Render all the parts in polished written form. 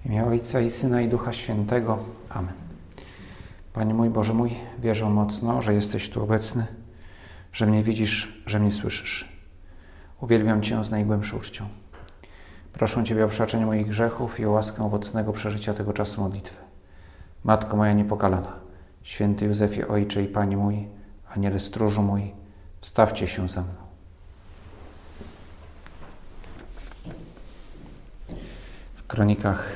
W imię Ojca i Syna i Ducha Świętego. Amen. Panie mój, Boże mój, wierzę mocno, że jesteś tu obecny, że mnie widzisz, że mnie słyszysz. Uwielbiam Cię z najgłębszą uczcią. Proszę Ciebie o przebaczenie moich grzechów i o łaskę owocnego przeżycia tego czasu modlitwy. Matko moja niepokalana, święty Józefie, Ojcze i Panie mój, Aniele stróżu mój, wstawcie się za mną. W kronikach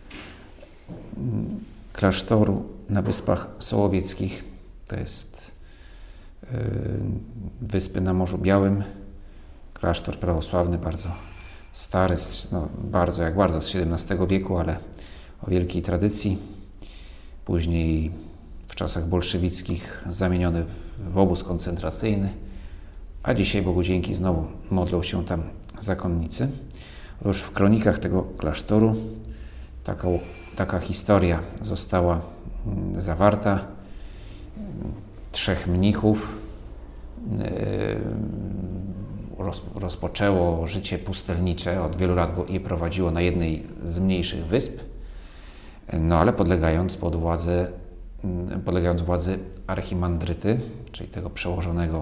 klasztoru na Wyspach Sołowieckich, to jest wyspy na Morzu Białym, klasztor prawosławny, bardzo stary, bardzo z XVII wieku, ale o wielkiej tradycji. Później w czasach bolszewickich zamieniony w obóz koncentracyjny, a dzisiaj, Bogu dzięki, znowu modlą się tam zakonnicy. Otóż w kronikach tego klasztoru taka historia została zawarta. 3 mnichów rozpoczęło życie pustelnicze, od wielu lat je prowadziło na jednej z mniejszych wysp, ale podlegając władzy archimandryty, czyli tego przełożonego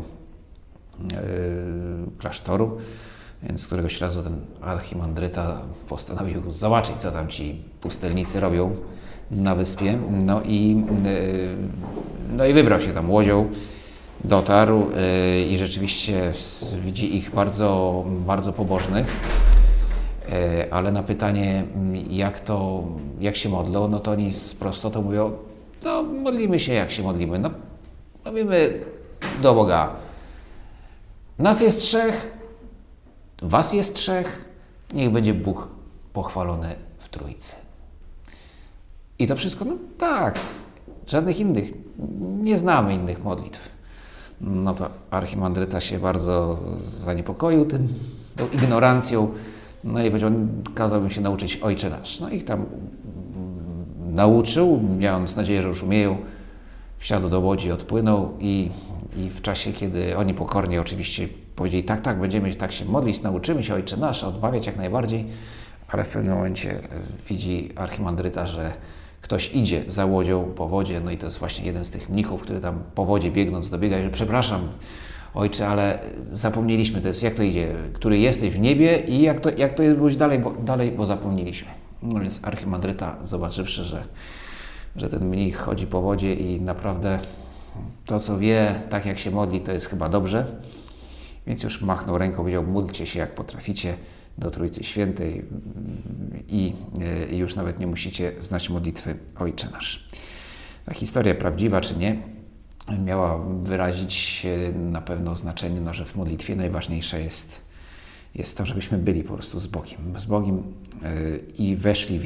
klasztoru. Więc któregoś razu ten archimandryta postanowił zobaczyć, co tam ci pustelnicy robią na wyspie. No i wybrał się tam łodzią, dotarł i rzeczywiście widzi ich bardzo, bardzo pobożnych, ale na pytanie, jak się modlą, no to oni z prostotą mówią, no modlimy się, jak się modlimy. No mówimy do Boga. Nas jest 3, was jest 3, niech będzie Bóg pochwalony w Trójcy. I to wszystko? No tak, żadnych innych, nie znamy innych modlitw. No to archimandryta się bardzo zaniepokoił tą ignorancją, no i powiedział, kazał im się nauczyć Ojcze Nasz. No ich tam nauczył, mając nadzieję, że już umieją, wsiadł do łodzi, odpłynął i w czasie, kiedy oni pokornie oczywiście powiedzieli, tak, będziemy tak się modlić, nauczymy się Ojcze Nasz, odmawiać jak najbardziej, ale w pewnym momencie widzi archimandryta, że ktoś idzie za łodzią po wodzie, no i to jest właśnie jeden z tych mnichów, który tam po wodzie biegnąc dobiega i mówi, przepraszam Ojcze, ale zapomnieliśmy, to jest jak to idzie, który jesteś w niebie i jak to jest pójść dalej, bo zapomnieliśmy. No więc archimandryta, zobaczywszy, że ten mnich chodzi po wodzie i naprawdę to, co wie, tak jak się modli, to jest chyba dobrze. Więc już machnął ręką, powiedział, módlcie się jak potraficie do Trójcy Świętej i już nawet nie musicie znać modlitwy Ojcze Nasz. Ta historia, prawdziwa czy nie, miała wyrazić na pewno znaczenie, że w modlitwie najważniejsze jest to, żebyśmy byli po prostu z Bogiem i weszli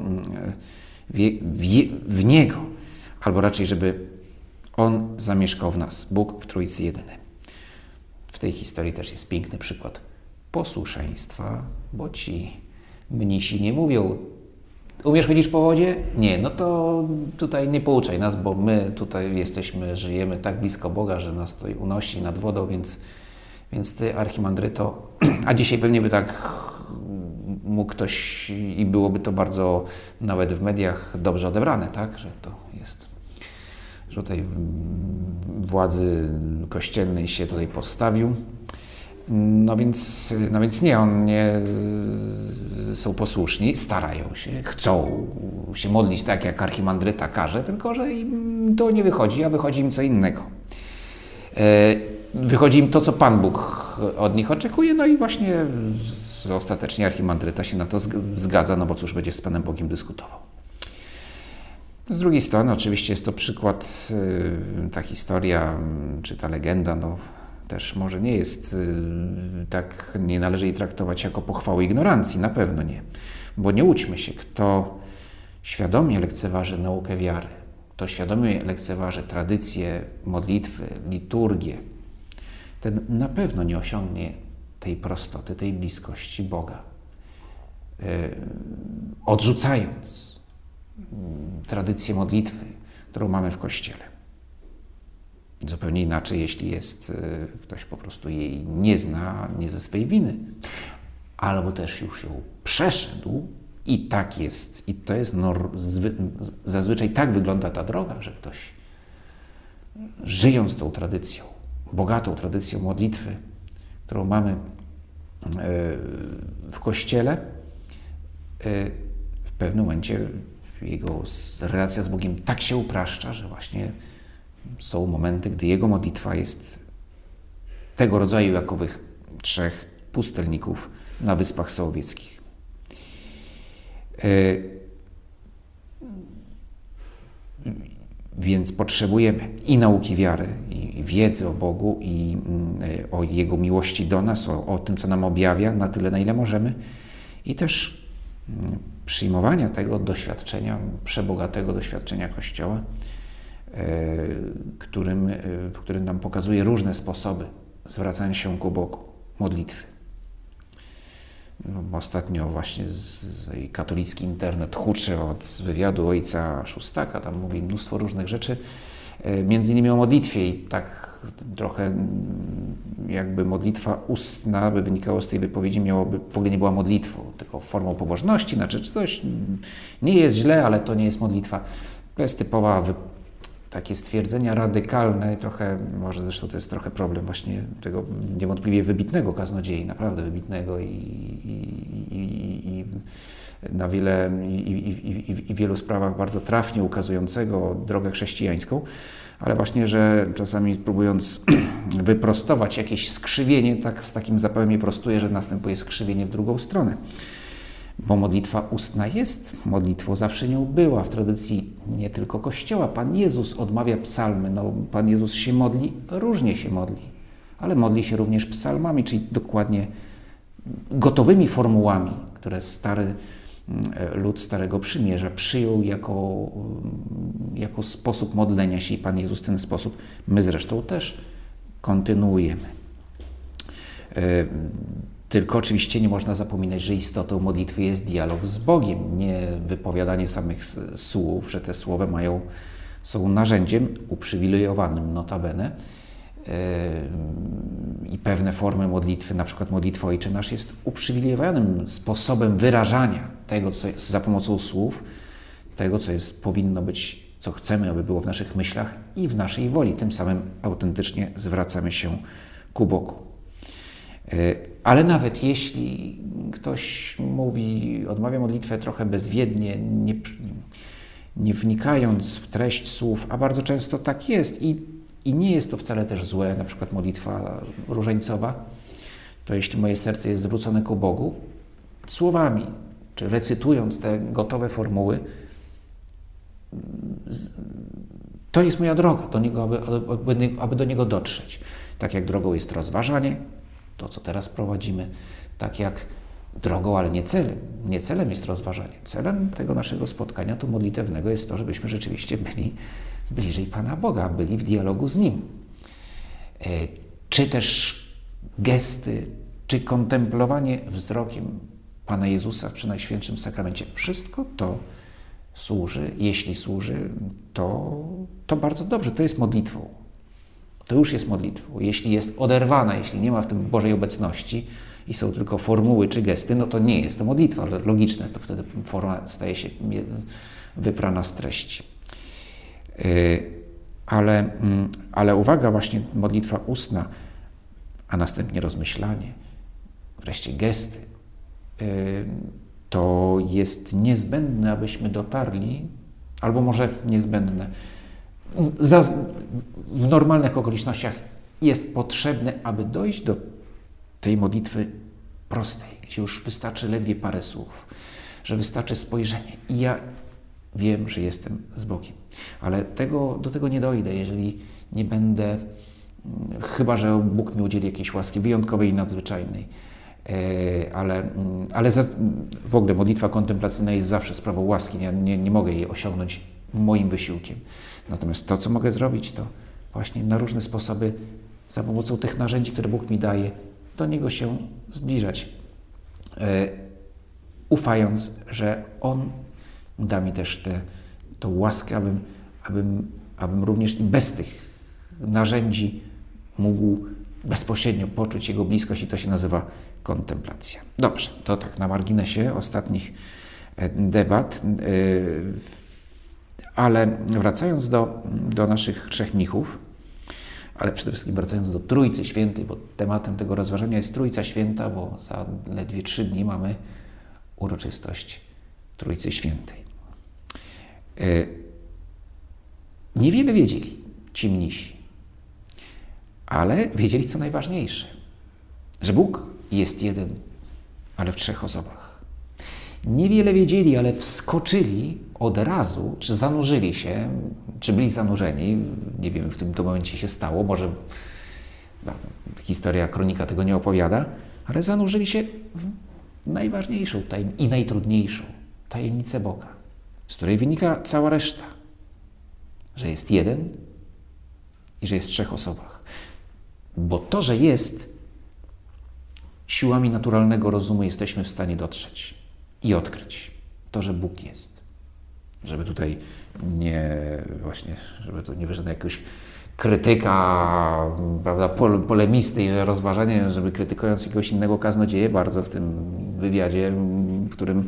w Niego, albo raczej, żeby On zamieszkał w nas, Bóg w Trójcy Jedyny. W tej historii też jest piękny przykład posłuszeństwa, bo ci mnisi nie mówią, umiesz chodzić po wodzie? Nie, no to tutaj nie pouczaj nas, bo my tutaj żyjemy tak blisko Boga, że nas tutaj unosi nad wodą, więc ty, archimandryto, a dzisiaj pewnie by tak mógł ktoś i byłoby to bardzo nawet w mediach dobrze odebrane, tak, że to jest, że tutaj władzy kościelnej się tutaj postawił. No więc nie, oni nie są posłuszni, starają się, chcą się modlić tak, jak archimandryta każe, tylko że im to nie wychodzi, a wychodzi im co innego. Wychodzi im to, co Pan Bóg od nich oczekuje, no i właśnie ostatecznie archimandryta się na to zgadza, no bo cóż będzie z Panem Bogiem dyskutował. Z drugiej strony oczywiście jest to przykład, ta historia, czy ta legenda, no też może nie jest tak, nie należy jej traktować jako pochwały ignorancji, na pewno nie. Bo nie łudźmy się, kto świadomie lekceważy naukę wiary, kto świadomie lekceważy tradycję, modlitwy, liturgię, ten na pewno nie osiągnie tej prostoty, tej bliskości Boga. Odrzucając tradycję modlitwy, którą mamy w Kościele. Zupełnie inaczej, jeśli ktoś po prostu jej nie zna, nie ze swej winy, albo też już ją przeszedł I tak jest. I to jest zazwyczaj tak wygląda ta droga, że ktoś żyjąc tą tradycją, bogatą tradycją modlitwy, którą mamy w Kościele, w pewnym momencie jego relacja z Bogiem tak się upraszcza, że właśnie są momenty, gdy jego modlitwa jest tego rodzaju jak owych 3 pustelników na Wyspach Sołowieckich. Więc potrzebujemy i nauki wiary, i wiedzy o Bogu, i o Jego miłości do nas, o tym, co nam objawia, na tyle, na ile możemy, i też przyjmowania tego doświadczenia, przebogatego doświadczenia Kościoła, który nam pokazuje różne sposoby zwracania się ku Bogu, modlitwy. Ostatnio właśnie katolicki internet huczy od wywiadu ojca Szóstaka, tam mówi mnóstwo różnych rzeczy, między innymi o modlitwie i tak trochę jakby modlitwa ustna, by wynikało z tej wypowiedzi, miałoby w ogóle nie była modlitwą, tylko formą pobożności, znaczy czy coś nie jest źle, ale to nie jest modlitwa. To jest typowa takie stwierdzenia radykalne, trochę, może zresztą to jest trochę problem właśnie tego niewątpliwie wybitnego kaznodziei, naprawdę wybitnego i na wiele i w wielu sprawach bardzo trafnie ukazującego drogę chrześcijańską, ale właśnie, że czasami próbując wyprostować jakieś skrzywienie, tak z takim zapałem je prostuje, że następuje skrzywienie w drugą stronę. Bo modlitwa ustna jest modlitwą, zawsze nią była w tradycji nie tylko Kościoła. Pan Jezus odmawia psalmy, Pan Jezus się modli, różnie się modli, ale modli się również psalmami, czyli dokładnie gotowymi formułami, które lud Starego Przymierza przyjął jako sposób modlenia się i Pan Jezus w ten sposób. My zresztą też kontynuujemy. Tylko oczywiście nie można zapominać, że istotą modlitwy jest dialog z Bogiem, nie wypowiadanie samych słów, że te słowa są narzędziem uprzywilejowanym notabene i pewne formy modlitwy, na przykład modlitwa Ojcze Nasz, jest uprzywilejowanym sposobem wyrażania tego, co jest za pomocą słów, tego, co powinno być, co chcemy, aby było w naszych myślach i w naszej woli. Tym samym autentycznie zwracamy się ku Bogu. Ale nawet jeśli ktoś odmawia modlitwę trochę bezwiednie, nie wnikając w treść słów, a bardzo często tak jest i nie jest to wcale też złe, na przykład modlitwa różańcowa, to jeśli moje serce jest zwrócone ku Bogu, słowami, czy recytując te gotowe formuły, to jest moja droga do Niego, aby do Niego dotrzeć. Tak jak drogą jest rozważanie, to, co teraz prowadzimy, tak jak drogą, ale nie celem. Nie celem jest rozważanie. Celem tego naszego spotkania tu modlitewnego jest to, żebyśmy rzeczywiście byli bliżej Pana Boga, byli w dialogu z Nim. Czy też gesty, czy kontemplowanie wzrokiem Pana Jezusa w Przenajświętszym Sakramencie. Wszystko to służy, jeśli służy, to bardzo dobrze, to jest modlitwą. To już jest modlitwą. Jeśli jest oderwana, jeśli nie ma w tym Bożej obecności i są tylko formuły czy gesty, no to nie jest to modlitwa, ale logiczne, to wtedy forma staje się wyprana z treści. Ale uwaga, właśnie modlitwa ustna, a następnie rozmyślanie, wreszcie gesty, to jest niezbędne, abyśmy dotarli, albo może niezbędne, w normalnych okolicznościach jest potrzebne, aby dojść do tej modlitwy prostej, gdzie już wystarczy ledwie parę słów, że wystarczy spojrzenie. I ja wiem, że jestem z Bogiem. Ale do tego nie dojdę, jeżeli nie będę, chyba że Bóg mi udzieli jakiejś łaski wyjątkowej i nadzwyczajnej. Ale w ogóle modlitwa kontemplacyjna jest zawsze sprawą łaski. Ja nie mogę jej osiągnąć moim wysiłkiem. Natomiast to, co mogę zrobić, to właśnie na różne sposoby, za pomocą tych narzędzi, które Bóg mi daje, do Niego się zbliżać, ufając, że On da mi też tę łaskę, abym również i bez tych narzędzi mógł bezpośrednio poczuć Jego bliskość i to się nazywa kontemplacja. Dobrze, to tak na marginesie ostatnich debat. Ale wracając do naszych trzech mnichów, ale przede wszystkim wracając do Trójcy Świętej, bo tematem tego rozważania jest Trójca Święta, bo za ledwie 3 dni mamy uroczystość Trójcy Świętej. Niewiele wiedzieli ci mnisi, ale wiedzieli co najważniejsze, że Bóg jest jeden, ale w 3 osobach. Niewiele wiedzieli, ale wskoczyli od razu, czy zanurzyli się, czy byli zanurzeni, nie wiem, w tym momencie się stało, może historia, kronika tego nie opowiada, ale zanurzyli się w najważniejszą i najtrudniejszą tajemnicę Boga, z której wynika cała reszta, że jest jeden i że jest w 3 osobach. Bo to, że jest, siłami naturalnego rozumu jesteśmy w stanie dotrzeć i odkryć to, że Bóg jest. Żeby tutaj żeby tu nie wyszedł jakiegoś krytyka, prawda, polemisty i że rozważanie, żeby krytykując jakiegoś innego kaznodzieję, bardzo w tym wywiadzie, w którym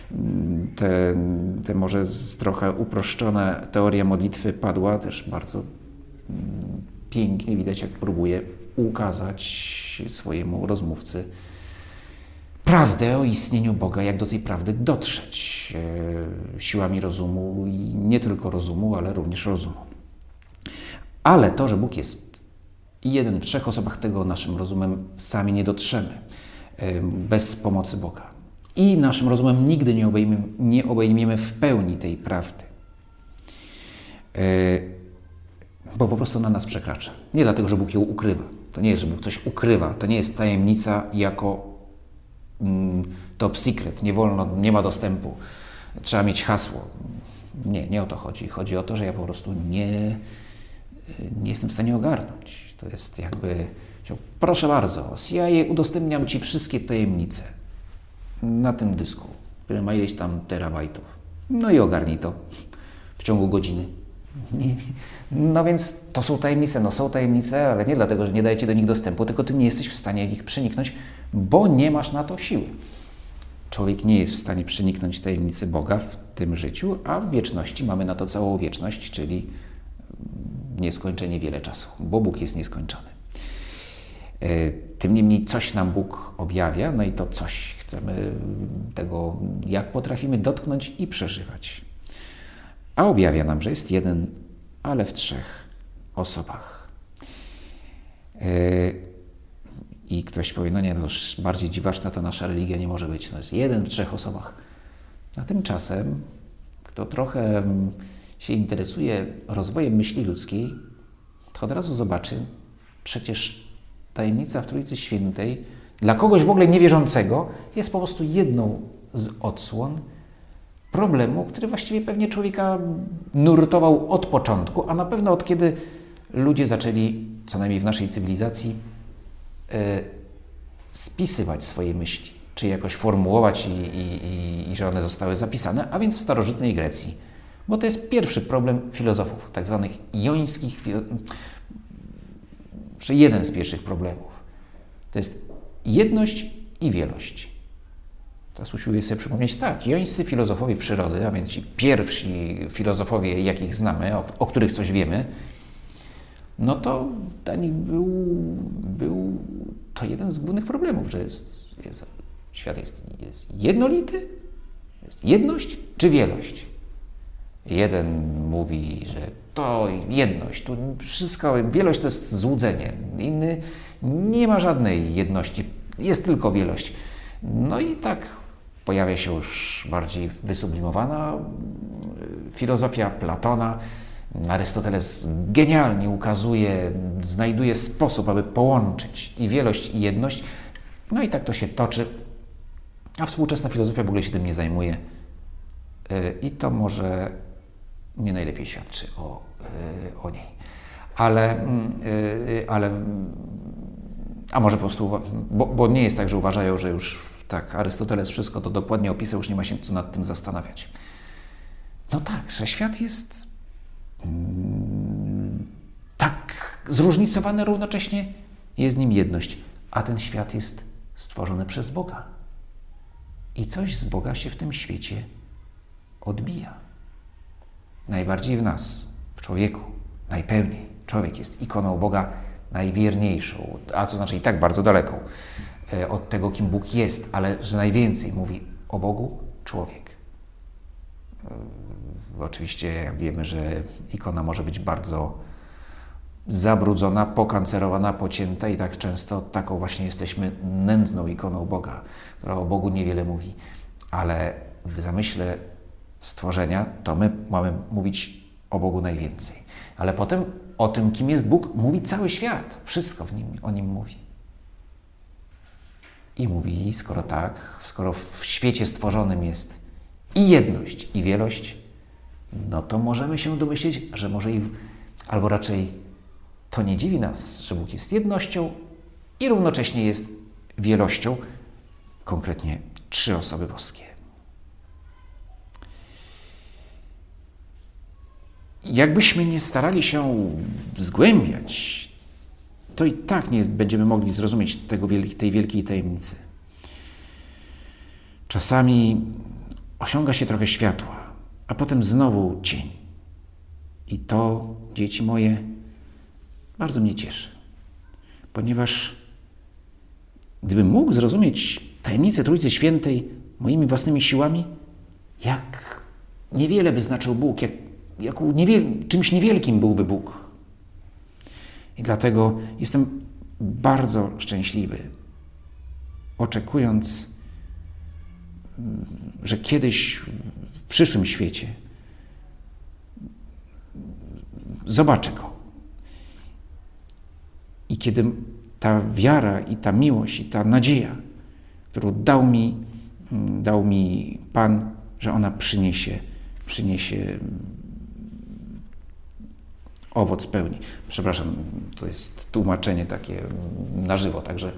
te może trochę uproszczona teoria modlitwy padła, też bardzo pięknie widać, jak próbuje ukazać swojemu rozmówcy prawdę o istnieniu Boga, jak do tej prawdy dotrzeć siłami rozumu i nie tylko rozumu, ale również rozumu. Ale to, że Bóg jest jeden w 3 osobach, tego naszym rozumem sami nie dotrzemy bez pomocy Boga. I naszym rozumem nigdy nie obejmiemy w pełni tej prawdy, bo po prostu na nas przekracza. Nie dlatego, że Bóg ją ukrywa. To nie jest, że Bóg coś ukrywa. To nie jest tajemnica jako top secret, nie wolno, nie ma dostępu, trzeba mieć hasło. Nie o to chodzi. Chodzi o to, że ja po prostu nie jestem w stanie ogarnąć. To jest jakby, proszę bardzo, CIA, udostępniam Ci wszystkie tajemnice na tym dysku, który ma ileś tam terabajtów. No i ogarnij to w ciągu godziny. No więc to są tajemnice. No są tajemnice, ale nie dlatego, że nie dajecie do nich dostępu, tylko Ty nie jesteś w stanie ich przeniknąć, bo nie masz na to siły. Człowiek nie jest w stanie przeniknąć tajemnicy Boga w tym życiu, a w wieczności mamy na to całą wieczność, czyli nieskończenie wiele czasu, bo Bóg jest nieskończony. Tym niemniej coś nam Bóg objawia, no i to coś chcemy tego, jak potrafimy dotknąć i przeżywać. A objawia nam, że jest jeden, ale w 3 osobach. I ktoś powie, no nie, to już bardziej dziwaczna ta nasza religia nie może być. No jest jeden w 3 osobach. A tymczasem, kto trochę się interesuje rozwojem myśli ludzkiej, to od razu zobaczy, przecież tajemnica w Trójcy Świętej dla kogoś w ogóle niewierzącego jest po prostu jedną z odsłon problemu, który właściwie pewnie człowieka nurtował od początku, a na pewno od kiedy ludzie zaczęli, co najmniej w naszej cywilizacji, spisywać swoje myśli, czy jakoś formułować i że one zostały zapisane, a więc w starożytnej Grecji. Bo to jest pierwszy problem filozofów, tak zwanych jońskich, czy jeden z pierwszych problemów. To jest jedność i wielość. Teraz usiłuję sobie przypomnieć, tak, jońscy filozofowie przyrody, a więc ci pierwsi filozofowie, jakich znamy, o których coś wiemy, no to dla nich był to jeden z głównych problemów, że świat jest jednolity, jest jedność czy wielość. Jeden mówi, że to jedność, tu wszystko, wielość to jest złudzenie. Inny nie ma żadnej jedności, jest tylko wielość. No i tak pojawia się już bardziej wysublimowana filozofia Platona. Arystoteles genialnie ukazuje, znajduje sposób, aby połączyć i wielość, i jedność. No i tak to się toczy, a współczesna filozofia w ogóle się tym nie zajmuje. I to może nie najlepiej świadczy o niej. A może po prostu, bo nie jest tak, że uważają, że już tak, Arystoteles wszystko to dokładnie opisał, już nie ma się co nad tym zastanawiać. No tak, że świat jest tak zróżnicowany, równocześnie jest w nim jedność, a ten świat jest stworzony przez Boga. i coś z Boga się w tym świecie odbija. Najbardziej w nas, w człowieku, najpełniej. Człowiek jest ikoną Boga najwierniejszą, a to znaczy i tak bardzo daleką od tego, kim Bóg jest, ale że najwięcej mówi o Bogu człowiek. Oczywiście wiemy, że ikona może być bardzo zabrudzona, pokancerowana, pocięta i tak często taką właśnie jesteśmy nędzną ikoną Boga, która o Bogu niewiele mówi. Ale w zamyśle stworzenia to my mamy mówić o Bogu najwięcej. Ale potem o tym, kim jest Bóg, mówi cały świat. Wszystko o Nim mówi. I mówi, skoro tak, skoro w świecie stworzonym jest i jedność, i wielość, no to możemy się domyśleć, że może albo raczej to nie dziwi nas, że Bóg jest jednością i równocześnie jest wielością, konkretnie 3 osoby boskie. Jakbyśmy nie starali się zgłębiać, to i tak nie będziemy mogli zrozumieć tej wielkiej tajemnicy. Czasami osiąga się trochę światła, a potem znowu cień. I to, dzieci moje, bardzo mnie cieszy, ponieważ gdybym mógł zrozumieć tajemnicę Trójcy Świętej moimi własnymi siłami, jak niewiele by znaczył Bóg, czymś niewielkim byłby Bóg. I dlatego jestem bardzo szczęśliwy, oczekując, że kiedyś w przyszłym świecie zobaczę Go. I kiedy ta wiara i ta miłość i ta nadzieja, którą dał mi Pan, że ona przyniesie owoc pełni. Przepraszam, to jest tłumaczenie takie na żywo, także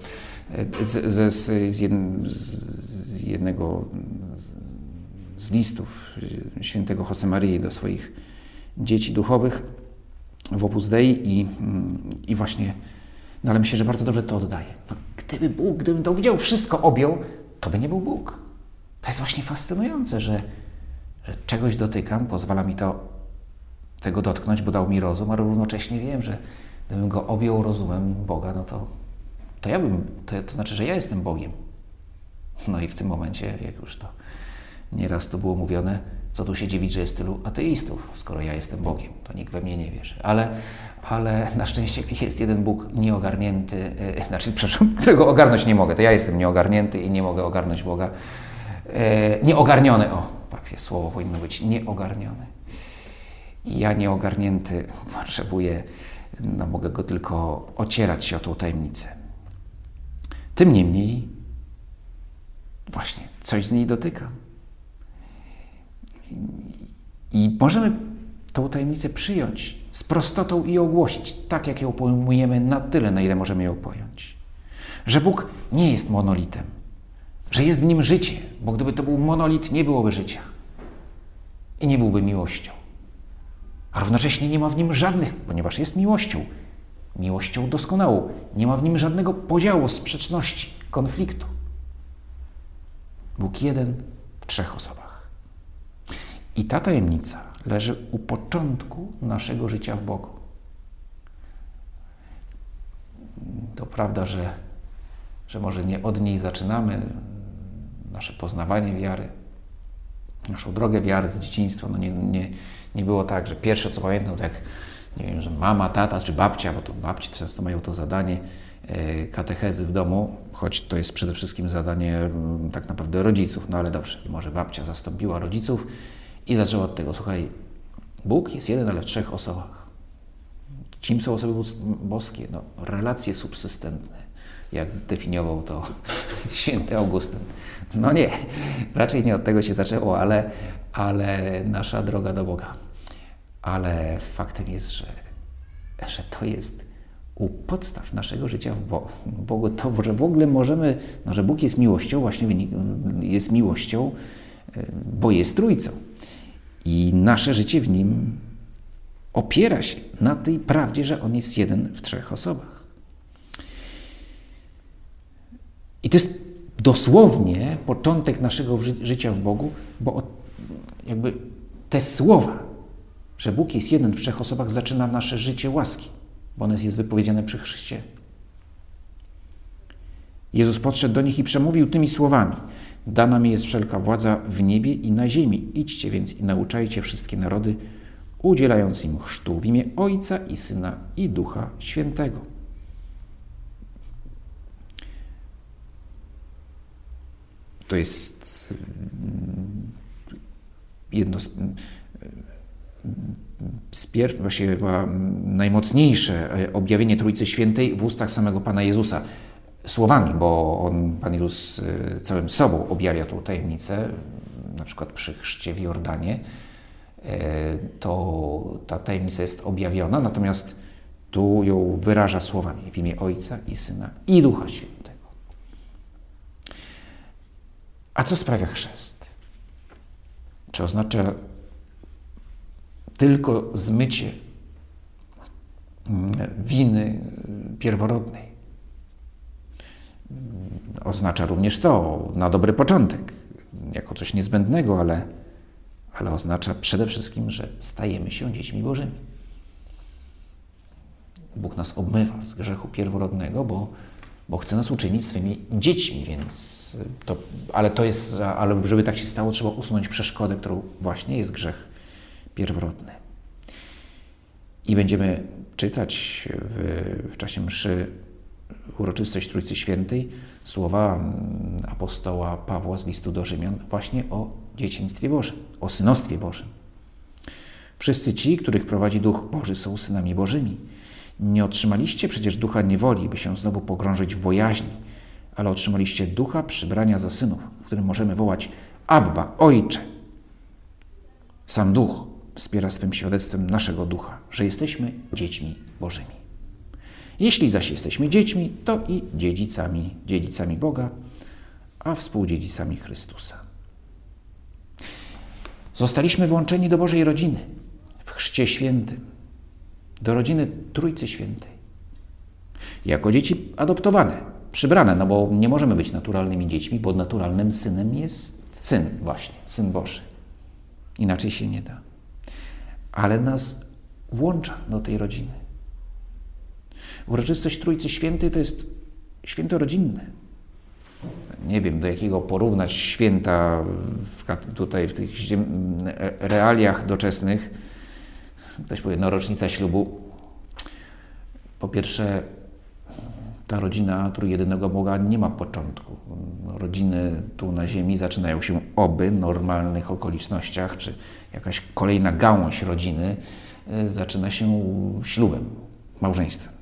z jednego z listów świętego Josemaryi do swoich dzieci duchowych w Opus Dei i właśnie, no ale myślę, że bardzo dobrze to oddaje. No, gdybym to widział, wszystko objął, to by nie był Bóg. To jest właśnie fascynujące, że czegoś dotykam, pozwala mi tego dotknąć, bo dał mi rozum, ale równocześnie wiem, że gdybym go objął rozumem Boga, no to to znaczy, że ja jestem Bogiem. No i w tym momencie, jak już to nieraz to było mówione, co tu się dziwić, że jest tylu ateistów, skoro ja jestem Bogiem, to nikt we mnie nie wierzy. Ale na szczęście jest jeden Bóg nieogarnięty, którego ogarnąć nie mogę. To ja jestem nieogarnięty i nie mogę ogarnąć Boga. Nieogarniony, takie słowo powinno być, nieogarniony. I ja nieogarnięty potrzebuję, mogę go tylko ocierać się o tą tajemnicę. Tym niemniej właśnie coś z niej dotykam. I możemy tą tajemnicę przyjąć z prostotą i ogłosić, tak jak ją pojmujemy, na tyle, na ile możemy ją pojąć. Że Bóg nie jest monolitem, że jest w nim życie, bo gdyby to był monolit, nie byłoby życia i nie byłby miłością. A równocześnie nie ma w nim żadnych, ponieważ jest miłością doskonałą, nie ma w nim żadnego podziału, sprzeczności, konfliktu. Bóg jeden w 3 osobach. I ta tajemnica leży u początku naszego życia w Bogu. To prawda, że może nie od niej zaczynamy nasze poznawanie wiary, naszą drogę wiary z dzieciństwa. No nie było tak, że pierwsze co pamiętam, to jak nie wiem, że mama, tata czy babcia, bo to babci często mają to zadanie katechezy w domu, choć to jest przede wszystkim zadanie tak naprawdę rodziców, no ale dobrze, może babcia zastąpiła rodziców i zaczęła od tego, słuchaj, Bóg jest jeden, ale w 3 osobach. Kim są osoby boskie? No, relacje subsystentne, jak definiował to święty Augustyn. No nie, raczej nie od tego się zaczęło, ale nasza droga do Boga. Ale faktem jest, że to jest u podstaw naszego życia w Bogu. To, że w ogóle możemy, że Bóg jest miłością, właśnie jest miłością, bo jest Trójcą. I nasze życie w Nim opiera się na tej prawdzie, że On jest jeden w 3 osobach. I to jest dosłownie początek naszego życia w Bogu, bo jakby te słowa, że Bóg jest jeden w trzech osobach, zaczyna nasze życie łaski, bo ono jest wypowiedziane przy chrzcie. Jezus podszedł do nich i przemówił tymi słowami: dana mi jest wszelka władza w niebie i na ziemi. Idźcie więc i nauczajcie wszystkie narody, udzielając im chrztu w imię Ojca i Syna i Ducha Świętego. To jest jedno z pierwszych, właściwie chyba najmocniejsze objawienie Trójcy Świętej w ustach samego Pana Jezusa. Słowami, bo Pan Jezus całym sobą objawia tą tajemnicę, na przykład przy chrzcie w Jordanie, to ta tajemnica jest objawiona, natomiast tu ją wyraża słowami w imię Ojca i Syna i Ducha Świętego. A co sprawia chrzest? Czy oznacza tylko zmycie winy pierworodnej? Oznacza również to na dobry początek, jako coś niezbędnego, ale oznacza przede wszystkim, że stajemy się dziećmi Bożymi. Bóg nas obmywa z grzechu pierworodnego, bo chce nas uczynić swymi dziećmi, więc ale żeby tak się stało, trzeba usunąć przeszkodę, którą właśnie jest grzech pierworodny. I będziemy czytać w czasie mszy uroczystość Trójcy Świętej słowa apostoła Pawła z listu do Rzymian właśnie o dzieciństwie Bożym, o synostwie Bożym. Wszyscy ci, których prowadzi Duch Boży, są synami Bożymi. Nie otrzymaliście przecież ducha niewoli, by się znowu pogrążyć w bojaźni, ale otrzymaliście ducha przybrania za synów, w którym możemy wołać: Abba, Ojcze. Sam Duch wspiera swym świadectwem naszego ducha, że jesteśmy dziećmi Bożymi. Jeśli zaś jesteśmy dziećmi, to i dziedzicami Boga, a współdziedzicami Chrystusa. Zostaliśmy włączeni do Bożej rodziny w chrzcie świętym, do rodziny Trójcy Świętej. Jako dzieci adoptowane, przybrane, bo nie możemy być naturalnymi dziećmi, bo naturalnym synem jest Syn właśnie, Syn Boży. Inaczej się nie da. Ale nas włącza do tej rodziny. Uroczystość Trójcy Świętej to jest święto rodzinne. Nie wiem, do jakiego porównać święta tutaj w tych realiach doczesnych. Ktoś powie, rocznica ślubu. Po pierwsze, ta rodzina trójjedynego Boga nie ma początku. Rodziny tu na ziemi zaczynają się w normalnych okolicznościach, czy jakaś kolejna gałąź rodziny zaczyna się ślubem, małżeństwem.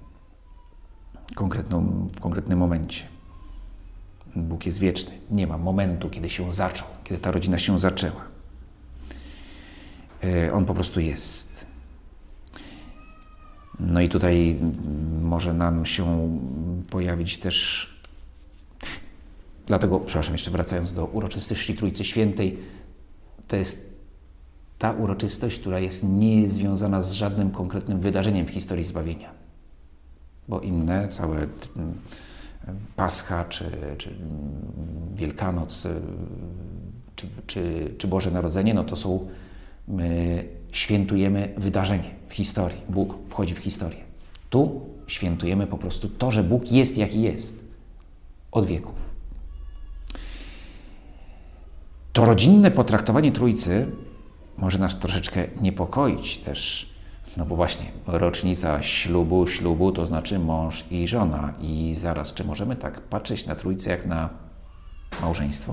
W konkretnym momencie. Bóg jest wieczny. Nie ma momentu, kiedy się zaczął, kiedy ta rodzina się zaczęła. On po prostu jest. No i tutaj może nam się pojawić też... Dlatego, przepraszam, jeszcze wracając do uroczystości Trójcy Świętej, to jest ta uroczystość, która nie jest związana z żadnym konkretnym wydarzeniem w historii zbawienia. Bo inne, całe Pascha, czy Wielkanoc, czy Boże Narodzenie, no to są, my świętujemy wydarzenie w historii. Bóg wchodzi w historię. Tu świętujemy po prostu to, że Bóg jest jaki jest od wieków. To rodzinne potraktowanie Trójcy może nas troszeczkę niepokoić też, no bo właśnie rocznica ślubu to znaczy mąż i żona. I zaraz, czy możemy tak patrzeć na Trójcę jak na małżeństwo?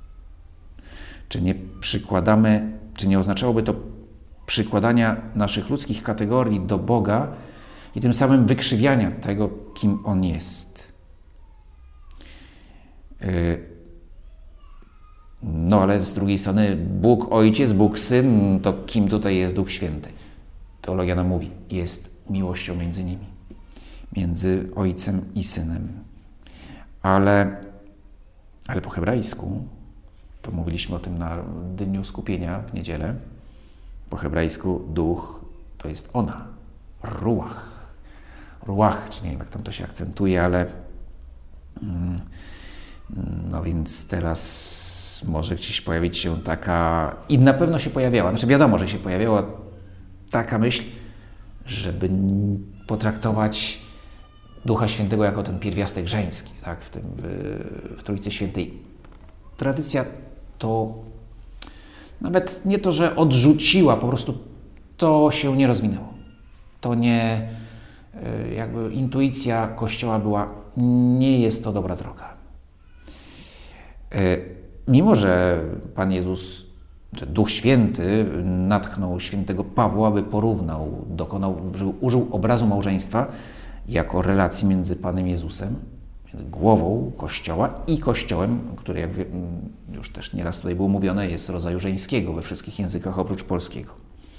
Czy nie oznaczałoby to przykładania naszych ludzkich kategorii do Boga i tym samym wykrzywiania tego, kim On jest? No ale z drugiej strony Bóg Ojciec, Bóg Syn, to kim tutaj jest Duch Święty? Teologia nam mówi, jest miłością między nimi, między Ojcem i Synem. Ale po hebrajsku, to mówiliśmy o tym na Dniu Skupienia w niedzielę, po hebrajsku duch to jest ona, ruach, czy nie wiem jak tam to się akcentuje, ale No więc teraz może gdzieś pojawić się taka, i na pewno się pojawiała, znaczy wiadomo, że się pojawiała taka myśl, żeby potraktować Ducha Świętego jako ten pierwiastek żeński, tak, w Trójcy Świętej. Tradycja to nawet nie to, że odrzuciła, po prostu to się nie rozwinęło. To nie, jakby intuicja Kościoła była, nie jest to dobra droga. Mimo że Pan Jezus, czy Duch Święty natchnął świętego Pawła, aby porównał, żeby użył obrazu małżeństwa jako relacji między Panem Jezusem, między głową Kościoła i Kościołem, który, jak już też nieraz tutaj było mówione, jest rodzaju żeńskiego we wszystkich językach oprócz polskiego.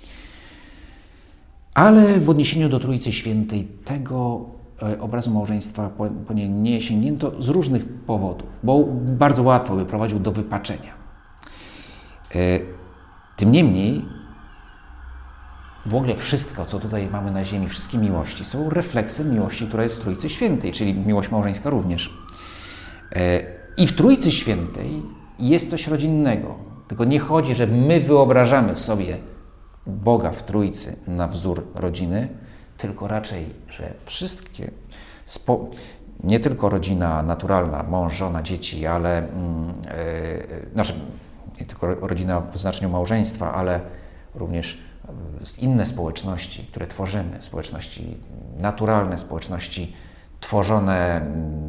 Ale w odniesieniu do Trójcy Świętej tego obrazu małżeństwa po nie nie sięgnięto z różnych powodów, bo bardzo łatwo by prowadził do wypaczenia. Tym niemniej w ogóle wszystko, co tutaj mamy na ziemi, wszystkie miłości są refleksem miłości, która jest w Trójcy Świętej, czyli miłość małżeńska również. I w Trójcy Świętej jest coś rodzinnego. Tylko nie chodzi, że my wyobrażamy sobie Boga w Trójcy na wzór rodziny, tylko raczej, że wszystkie, nie tylko rodzina naturalna, mąż, żona, dzieci, ale znaczy nie tylko rodzina w znaczeniu małżeństwa, ale również inne społeczności, które tworzymy, społeczności naturalne, społeczności tworzone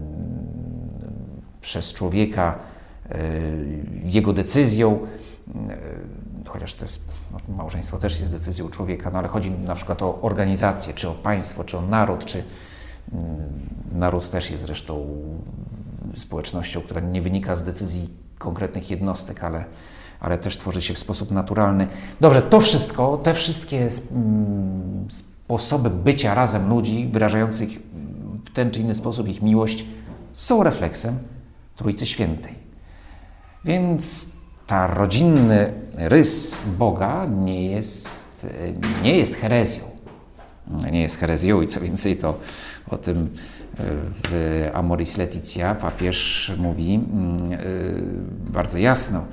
przez człowieka jego decyzją, chociaż to jest, małżeństwo też jest decyzją człowieka, no ale chodzi na przykład o organizację, czy o państwo, czy o naród, czy naród też jest zresztą społecznością, która nie wynika z decyzji konkretnych jednostek, ale też tworzy się w sposób naturalny. Dobrze, to wszystko, te wszystkie sposoby bycia razem ludzi, wyrażających w ten czy inny sposób ich miłość, są refleksem Trójcy Świętej. Więc ta rodzinny rys Boga nie jest herezją. Nie jest herezją i co więcej, to o tym w Amoris Laetitia papież mówi bardzo jasno,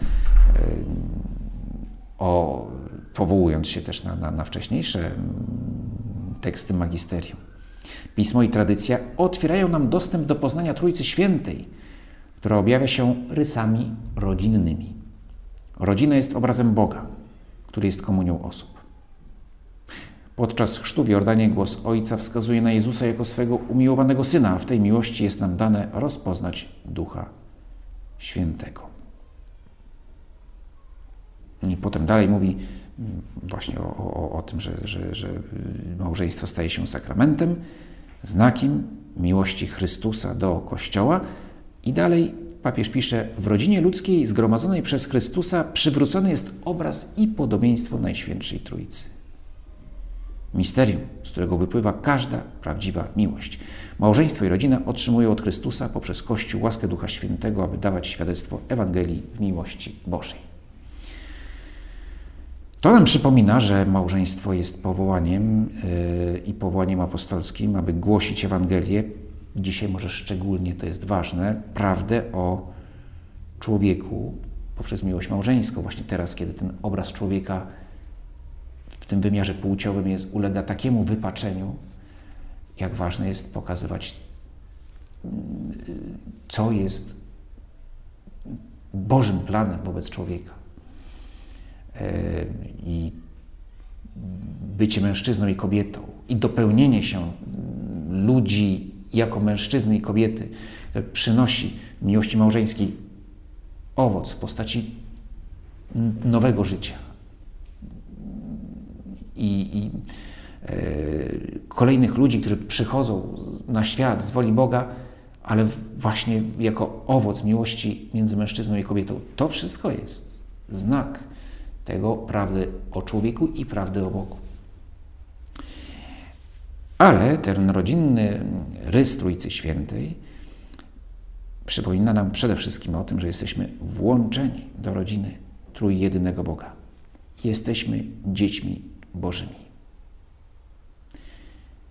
powołując się też na wcześniejsze teksty magisterium. Pismo i tradycja otwierają nam dostęp do poznania Trójcy Świętej, która objawia się rysami rodzinnymi. Rodzina jest obrazem Boga, który jest komunią osób. Podczas chrztu w Jordanie głos Ojca wskazuje na Jezusa jako swego umiłowanego Syna, a w tej miłości jest nam dane rozpoznać Ducha Świętego. I potem dalej mówi właśnie o tym, że małżeństwo staje się sakramentem, znakiem miłości Chrystusa do Kościoła. I dalej papież pisze, w rodzinie ludzkiej zgromadzonej przez Chrystusa przywrócony jest obraz i podobieństwo Najświętszej Trójcy. Misterium, z którego wypływa każda prawdziwa miłość. Małżeństwo i rodzina otrzymują od Chrystusa poprzez Kościół łaskę Ducha Świętego, aby dawać świadectwo Ewangelii w miłości Bożej. To nam przypomina, że małżeństwo jest powołaniem i powołaniem apostolskim, aby głosić Ewangelię. Dzisiaj może szczególnie to jest ważne, prawdę o człowieku poprzez miłość małżeńską. Właśnie teraz, kiedy ten obraz człowieka w tym wymiarze płciowym ulega takiemu wypaczeniu, jak ważne jest pokazywać, co jest Bożym planem wobec człowieka. I bycie mężczyzną i kobietą, i dopełnienie się ludzi jako mężczyzny i kobiety, które przynosi w miłości małżeńskiej owoc w postaci nowego życia. I kolejnych ludzi, którzy przychodzą na świat z woli Boga, ale właśnie jako owoc miłości między mężczyzną i kobietą. To wszystko jest znak tego prawdy o człowieku i prawdy o Bogu. Ale ten rodzinny rys Trójcy Świętej przypomina nam przede wszystkim o tym, że jesteśmy włączeni do rodziny trójjedynego Boga. Jesteśmy dziećmi Bożymi.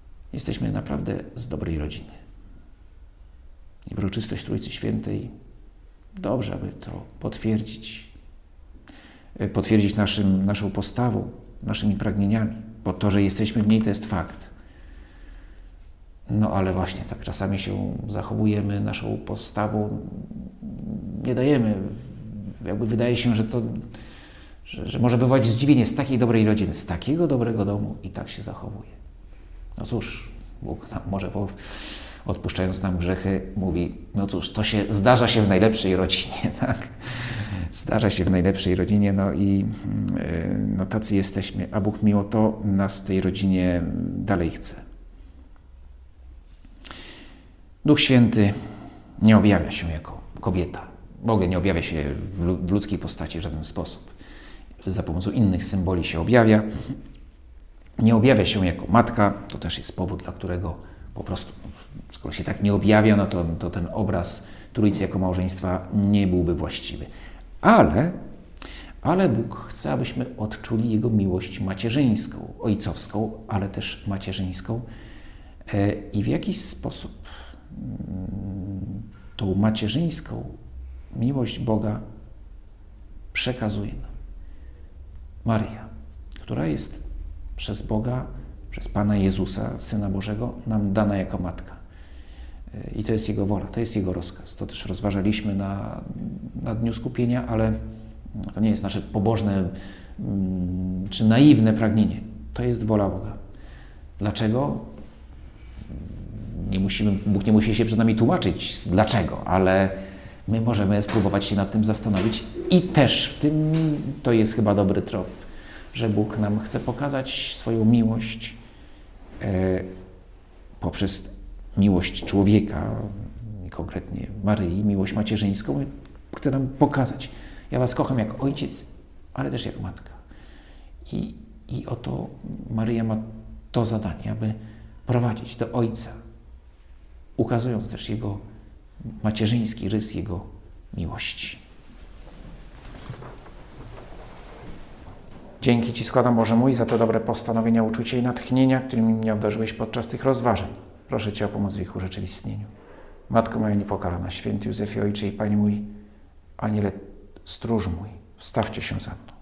Jesteśmy naprawdę z dobrej rodziny. I w uroczystość Trójcy Świętej dobrze, aby to potwierdzić. Potwierdzić naszą postawą, naszymi pragnieniami, bo to, że jesteśmy w niej, to jest fakt. No ale właśnie tak czasami się zachowujemy naszą postawą, nie dajemy, jakby wydaje się, że może wywołać zdziwienie z takiej dobrej rodziny, z takiego dobrego domu i tak się zachowuje. No cóż, Bóg nam może, odpuszczając nam grzechy, mówi, no cóż, to zdarza się w najlepszej rodzinie, tak? Zdarza się w najlepszej rodzinie, no i no tacy jesteśmy, a Bóg mimo to nas w tej rodzinie dalej chce. Duch Święty nie objawia się jako kobieta. W ogóle nie objawia się w ludzkiej postaci w żaden sposób. Za pomocą innych symboli się objawia. Nie objawia się jako matka. To też jest powód, dla którego po prostu, skoro się tak nie objawia, no to ten obraz Trójcy jako małżeństwa nie byłby właściwy. Ale Bóg chce, abyśmy odczuli Jego miłość macierzyńską, ojcowską, ale też macierzyńską. I w jakiś sposób tą macierzyńską miłość Boga przekazuje nam Maryja, która jest przez Boga, przez Pana Jezusa, Syna Bożego, nam dana jako matka. I to jest Jego wola, to jest Jego rozkaz. To też rozważaliśmy na Dniu Skupienia, ale to nie jest nasze pobożne czy naiwne pragnienie. To jest wola Boga. Dlaczego? Bóg nie musi się przed nami tłumaczyć dlaczego, ale my możemy spróbować się nad tym zastanowić i też w tym to jest chyba dobry trop, że Bóg nam chce pokazać swoją miłość poprzez miłość człowieka, konkretnie Maryi, miłość macierzyńską. Chce nam pokazać, ja was kocham jak ojciec, ale też jak matka. I oto Maryja ma to zadanie, aby prowadzić do Ojca, ukazując też Jego macierzyński rys Jego miłości. Dzięki Ci składam, Boże mój, za to dobre postanowienia, uczucie i natchnienia, którymi mnie obdarzyłeś podczas tych rozważań. Proszę Cię o pomoc w ich urzeczywistnieniu. Matko moja niepokalana, święty Józefie Ojcze i Panie mój, Aniele stróż mój, wstawcie się za mną.